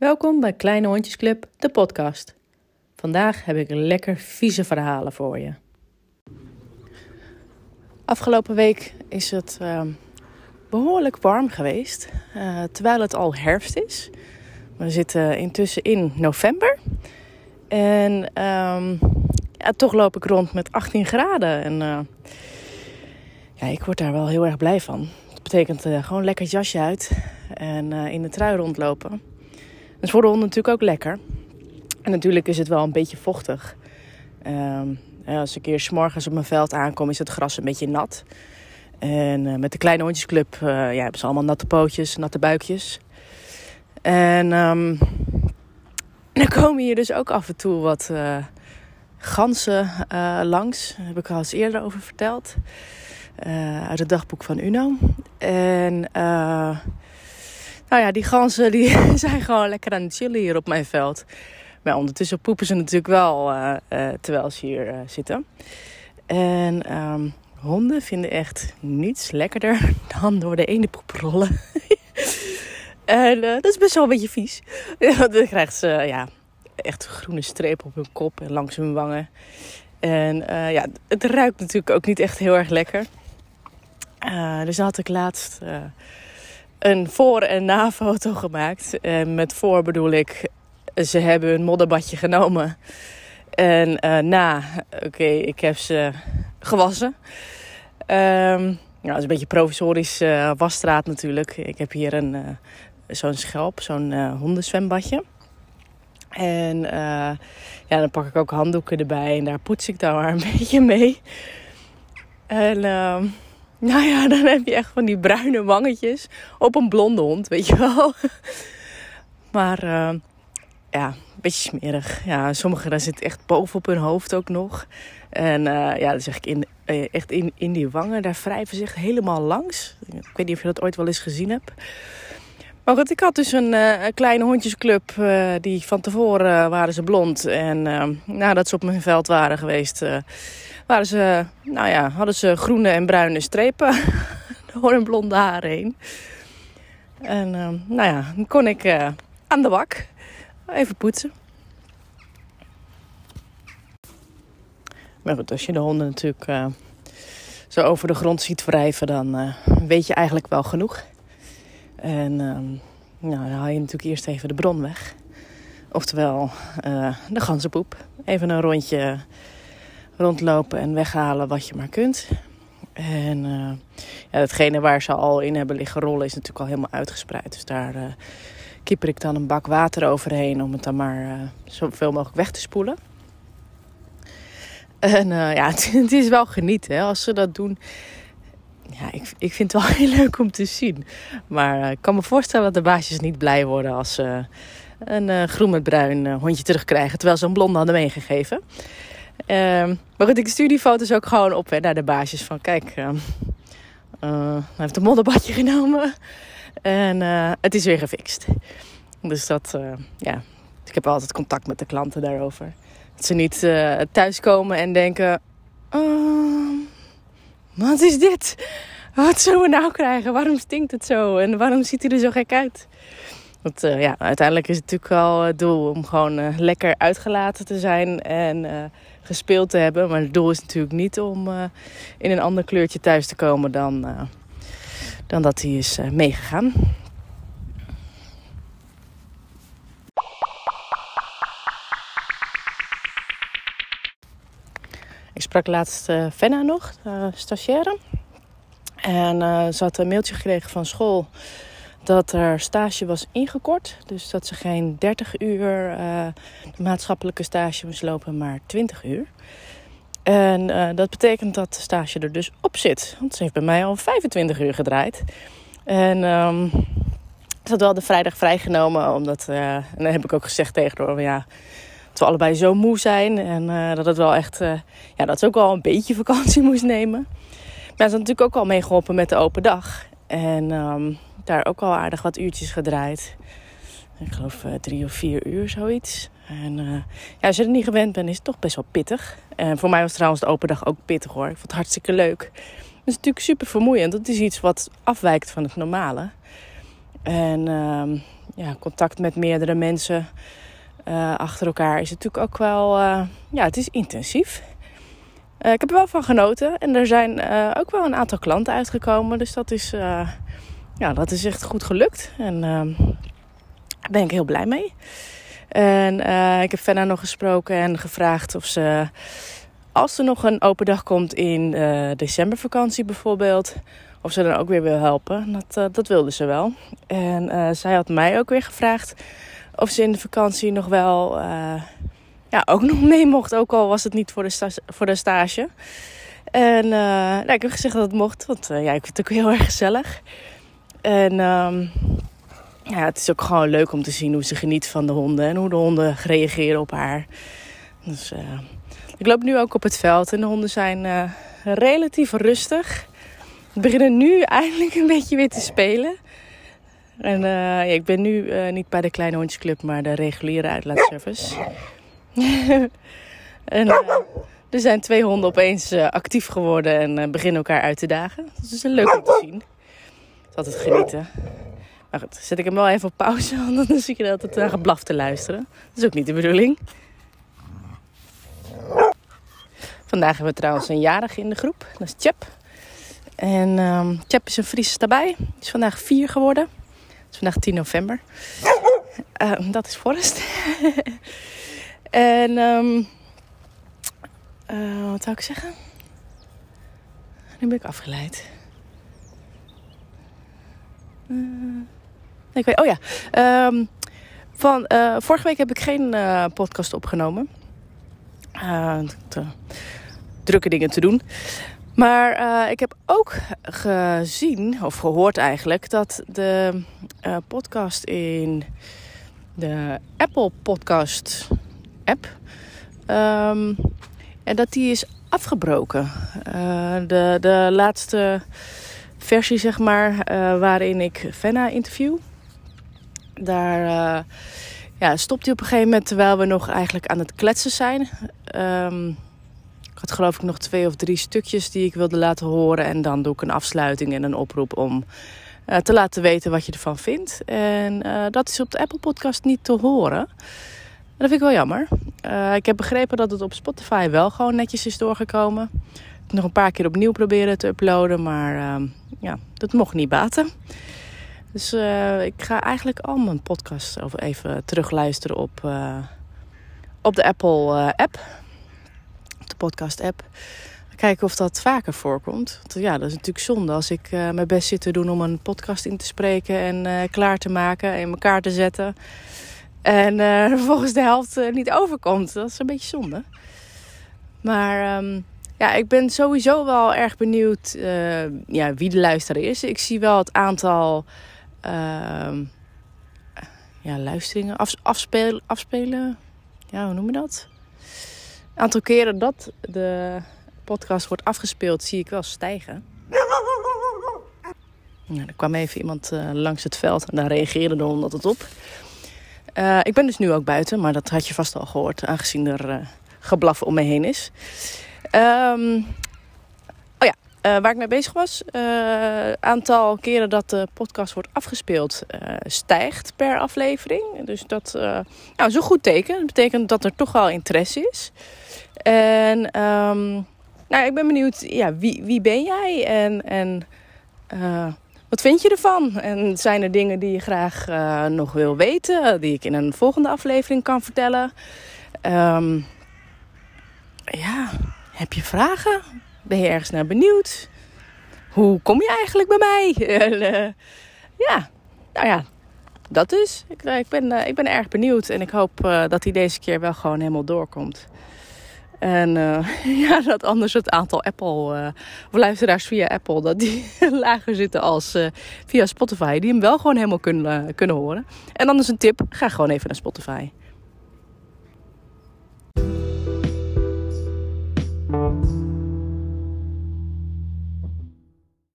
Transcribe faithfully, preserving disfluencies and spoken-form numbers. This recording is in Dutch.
Welkom bij Kleine Hondjesclub, de podcast. Vandaag heb ik lekker vieze verhalen voor je. Afgelopen week is het uh, behoorlijk warm geweest, uh, terwijl het al herfst is. We zitten intussen in november. En um, ja, toch loop ik rond met achttien graden. En uh, ja, ik word daar wel heel erg blij van. Dat betekent uh, gewoon lekker het jasje uit en uh, in de trui rondlopen. Dat is voor de hond natuurlijk ook lekker. En natuurlijk is het wel een beetje vochtig. Um, als ik eerst 's morgens op mijn veld aankom, is het gras een beetje nat. En uh, met de Kleine Hondjesclub uh, ja, hebben ze allemaal natte pootjes, natte buikjes. En um, dan komen hier dus ook af en toe wat uh, ganzen uh, langs. Daar heb ik al eens eerder over verteld. Uh, uit het dagboek van Uno. En uh, nou ja, die ganzen die zijn gewoon lekker aan het chillen hier op mijn veld. Maar ondertussen poepen ze natuurlijk wel uh, uh, terwijl ze hier uh, zitten. En um, honden vinden echt niets lekkerder dan door de ene poep rollen. En uh, dat is best wel een beetje vies. Dan krijgen ze uh, ja, echt groene strepen op hun kop en langs hun wangen. En uh, ja, het ruikt natuurlijk ook niet echt heel erg lekker. Uh, dus dan had ik laatst uh, een voor- en na-foto gemaakt. En met voor bedoel ik, ze hebben een modderbadje genomen. En uh, na, oké, okay, ik heb ze gewassen. Um, nou, dat is een beetje provisorisch uh, wasstraat natuurlijk. Ik heb hier een, uh, zo'n schelp, zo'n uh, hondenzwembadje. En uh, ja, dan pak ik ook handdoeken erbij en daar poets ik dan maar een beetje mee. En uh, nou ja, dan heb je echt van die bruine wangetjes op een blonde hond, weet je wel. Maar uh, ja, een beetje smerig. Ja, sommigen daar zitten echt bovenop hun hoofd ook nog. En uh, ja, dan zeg ik in, uh, echt in, in die wangen, daar wrijven ze echt helemaal langs. Ik weet niet of je dat ooit wel eens gezien hebt. Maar goed, ik had dus een, uh, een kleine hondjesclub. Uh, die van tevoren uh, waren ze blond. En uh, nadat ze op mijn veld waren geweest, uh, waren ze, nou ja, hadden ze groene en bruine strepen door hun blonde haar heen. En uh, nou ja, dan kon ik uh, aan de bak even poetsen. Maar goed, als je de honden natuurlijk uh, zo over de grond ziet wrijven, dan uh, weet je eigenlijk wel genoeg. En uh, nou, dan haal je natuurlijk eerst even de bron weg. Oftewel uh, de ganzenpoep. Even een rondje rondlopen en weghalen wat je maar kunt. En uh, ja, datgene waar ze al in hebben liggen rollen is natuurlijk al helemaal uitgespreid. Dus daar uh, kieper ik dan een bak water overheen om het dan maar uh, zoveel mogelijk weg te spoelen. En uh, ja, het, het is wel genieten hè, als ze dat doen. Ja, ik, ik vind het wel heel leuk om te zien. Maar uh, ik kan me voorstellen dat de baasjes niet blij worden als ze uh, een uh, groen met bruin uh, hondje terugkrijgen. Terwijl ze een blonde hadden meegegeven. Uh, maar goed, ik stuur die foto's ook gewoon op hè, naar de baasjes. Van kijk, uh, uh, hij heeft een modderbadje genomen. En uh, het is weer gefixt. Dus dat, uh, ja, ik heb altijd contact met de klanten daarover. Dat ze niet uh, thuiskomen en denken, oh, wat is dit? Wat zullen we nou krijgen? Waarom stinkt het zo? En waarom ziet hij er zo gek uit? Want uh, ja, uiteindelijk is het natuurlijk wel het doel om gewoon uh, lekker uitgelaten te zijn en uh, gespeeld te hebben. Maar het doel is natuurlijk niet om uh, in een ander kleurtje thuis te komen dan, uh, dan dat hij is uh, meegegaan. Ik sprak laatst uh, Fenna nog, uh, stagiaire. En uh, ze had een mailtje gekregen van school dat er stage was ingekort. Dus dat ze geen dertig uur uh, de maatschappelijke stage moest lopen, maar twintig uur. En uh, dat betekent dat de stage er dus op zit. Want ze heeft bij mij al vijfentwintig uur gedraaid. En um, ze had wel de vrijdag vrijgenomen. Omdat, uh, en dan heb ik ook gezegd tegen haar, ja, dat we allebei zo moe zijn. En uh, dat het wel echt, uh, ja, dat ze ook wel een beetje vakantie moest nemen. Maar ze had natuurlijk ook al meegeholpen met de open dag. En um, daar ook al aardig wat uurtjes gedraaid. Ik geloof uh, drie of vier uur, zoiets. En uh, ja, als je er niet gewend bent, is het toch best wel pittig. En voor mij was trouwens de open dag ook pittig hoor. Ik vond het hartstikke leuk. Het is natuurlijk super vermoeiend. Dat is iets wat afwijkt van het normale. En uh, ja, contact met meerdere mensen uh, achter elkaar is natuurlijk ook wel, uh, ja, het is intensief. Uh, ik heb er wel van genoten en er zijn uh, ook wel een aantal klanten uitgekomen. Dus dat is, uh, ja, dat is echt goed gelukt en uh, daar ben ik heel blij mee. En uh, ik heb Fenna nog gesproken en gevraagd of ze, als er nog een open dag komt in uh, decembervakantie bijvoorbeeld, of ze dan ook weer wil helpen. Dat, uh, dat wilde ze wel. En uh, zij had mij ook weer gevraagd of ze in de vakantie nog wel uh, ja, ook nog mee mocht. Ook al was het niet voor de, sta- voor de stage. En uh, nou, ik heb gezegd dat het mocht. Want uh, ja, ik vind het ook heel erg gezellig. En um, ja, het is ook gewoon leuk om te zien hoe ze geniet van de honden. En hoe de honden reageren op haar. Dus uh, ik loop nu ook op het veld. En de honden zijn uh, relatief rustig. We beginnen nu eindelijk een beetje weer te spelen. En uh, ja, ik ben nu uh, niet bij de Kleine Hondjesclub, maar de reguliere uitlaatservice. en uh, er zijn twee honden opeens uh, actief geworden en uh, beginnen elkaar uit te dagen. Dat is leuk om te zien. Het is altijd genieten. Maar goed, zet ik hem wel even op pauze, want dan zie je dat het naar geblaf te luisteren. Dat is ook niet de bedoeling. Vandaag hebben we trouwens een jarige in de groep. Dat is Chep. En um, Chep is een Friese daarbij. Die is vandaag vier geworden. Het is vandaag tien november. Uh, dat is Forrest. en um, uh, wat zou ik zeggen? Nu ben ik afgeleid. Uh, ik weet, oh ja. Um, van, uh, vorige week heb ik geen uh, podcast opgenomen. Uh, te, drukke dingen te doen. Maar uh, ik heb ook gezien, of gehoord eigenlijk, dat de uh, podcast in de Apple Podcast app, um, en dat die is afgebroken. Uh, de, de laatste versie, zeg maar, uh, waarin ik Fenna interview. Daar uh, ja, stopt hij op een gegeven moment terwijl we nog eigenlijk aan het kletsen zijn. Um, Ik had geloof ik nog twee of drie stukjes die ik wilde laten horen. En dan doe ik een afsluiting en een oproep om uh, te laten weten wat je ervan vindt. En uh, dat is op de Apple Podcast niet te horen. En dat vind ik wel jammer. Uh, ik heb begrepen dat het op Spotify wel gewoon netjes is doorgekomen. Ik heb nog een paar keer opnieuw proberen te uploaden. Maar uh, ja, dat mocht niet baten. Dus uh, ik ga eigenlijk al mijn podcast even terugluisteren op, uh, op de Apple uh, app. De podcast app. Kijken of dat vaker voorkomt. Want ja, dat is natuurlijk zonde als ik uh, mijn best zit te doen om een podcast in te spreken en uh, klaar te maken en in elkaar te zetten. En uh, vervolgens de helft uh, niet overkomt. Dat is een beetje zonde. Maar um, ja, ik ben sowieso wel erg benieuwd uh, ja, wie de luisteraar is. Ik zie wel het aantal uh, ja, luisteringen, af, afspelen, afspelen. Ja, hoe noem je dat? Een aantal keren dat de podcast wordt afgespeeld, zie ik wel stijgen. Nou, er kwam even iemand uh, langs het veld en daar reageerde de hond altijd op. Uh, ik ben dus nu ook buiten, maar dat had je vast al gehoord, aangezien er uh, geblaf om me heen is. Um, oh ja, uh, waar ik mee bezig was. Het uh, aantal keren dat de podcast wordt afgespeeld uh, stijgt per aflevering. Dus dat uh, nou, is een goed teken. Dat betekent dat er toch wel interesse is. En um, nou, ik ben benieuwd, ja, wie, wie ben jij en, en uh, wat vind je ervan? En zijn er dingen die je graag uh, nog wil weten, die ik in een volgende aflevering kan vertellen? Um, ja, heb je vragen? Ben je ergens naar benieuwd? Hoe kom je eigenlijk bij mij? En, uh, ja, nou ja, dat dus. Ik, ik, ben, uh, ik ben erg benieuwd en ik hoop uh, dat hij deze keer wel gewoon helemaal doorkomt. En uh, ja, dat anders het aantal Apple, uh, of luisteraars via Apple, dat die lager zitten als uh, via Spotify. Die hem wel gewoon helemaal kunnen, uh, kunnen horen. En anders een tip, ga gewoon even naar Spotify.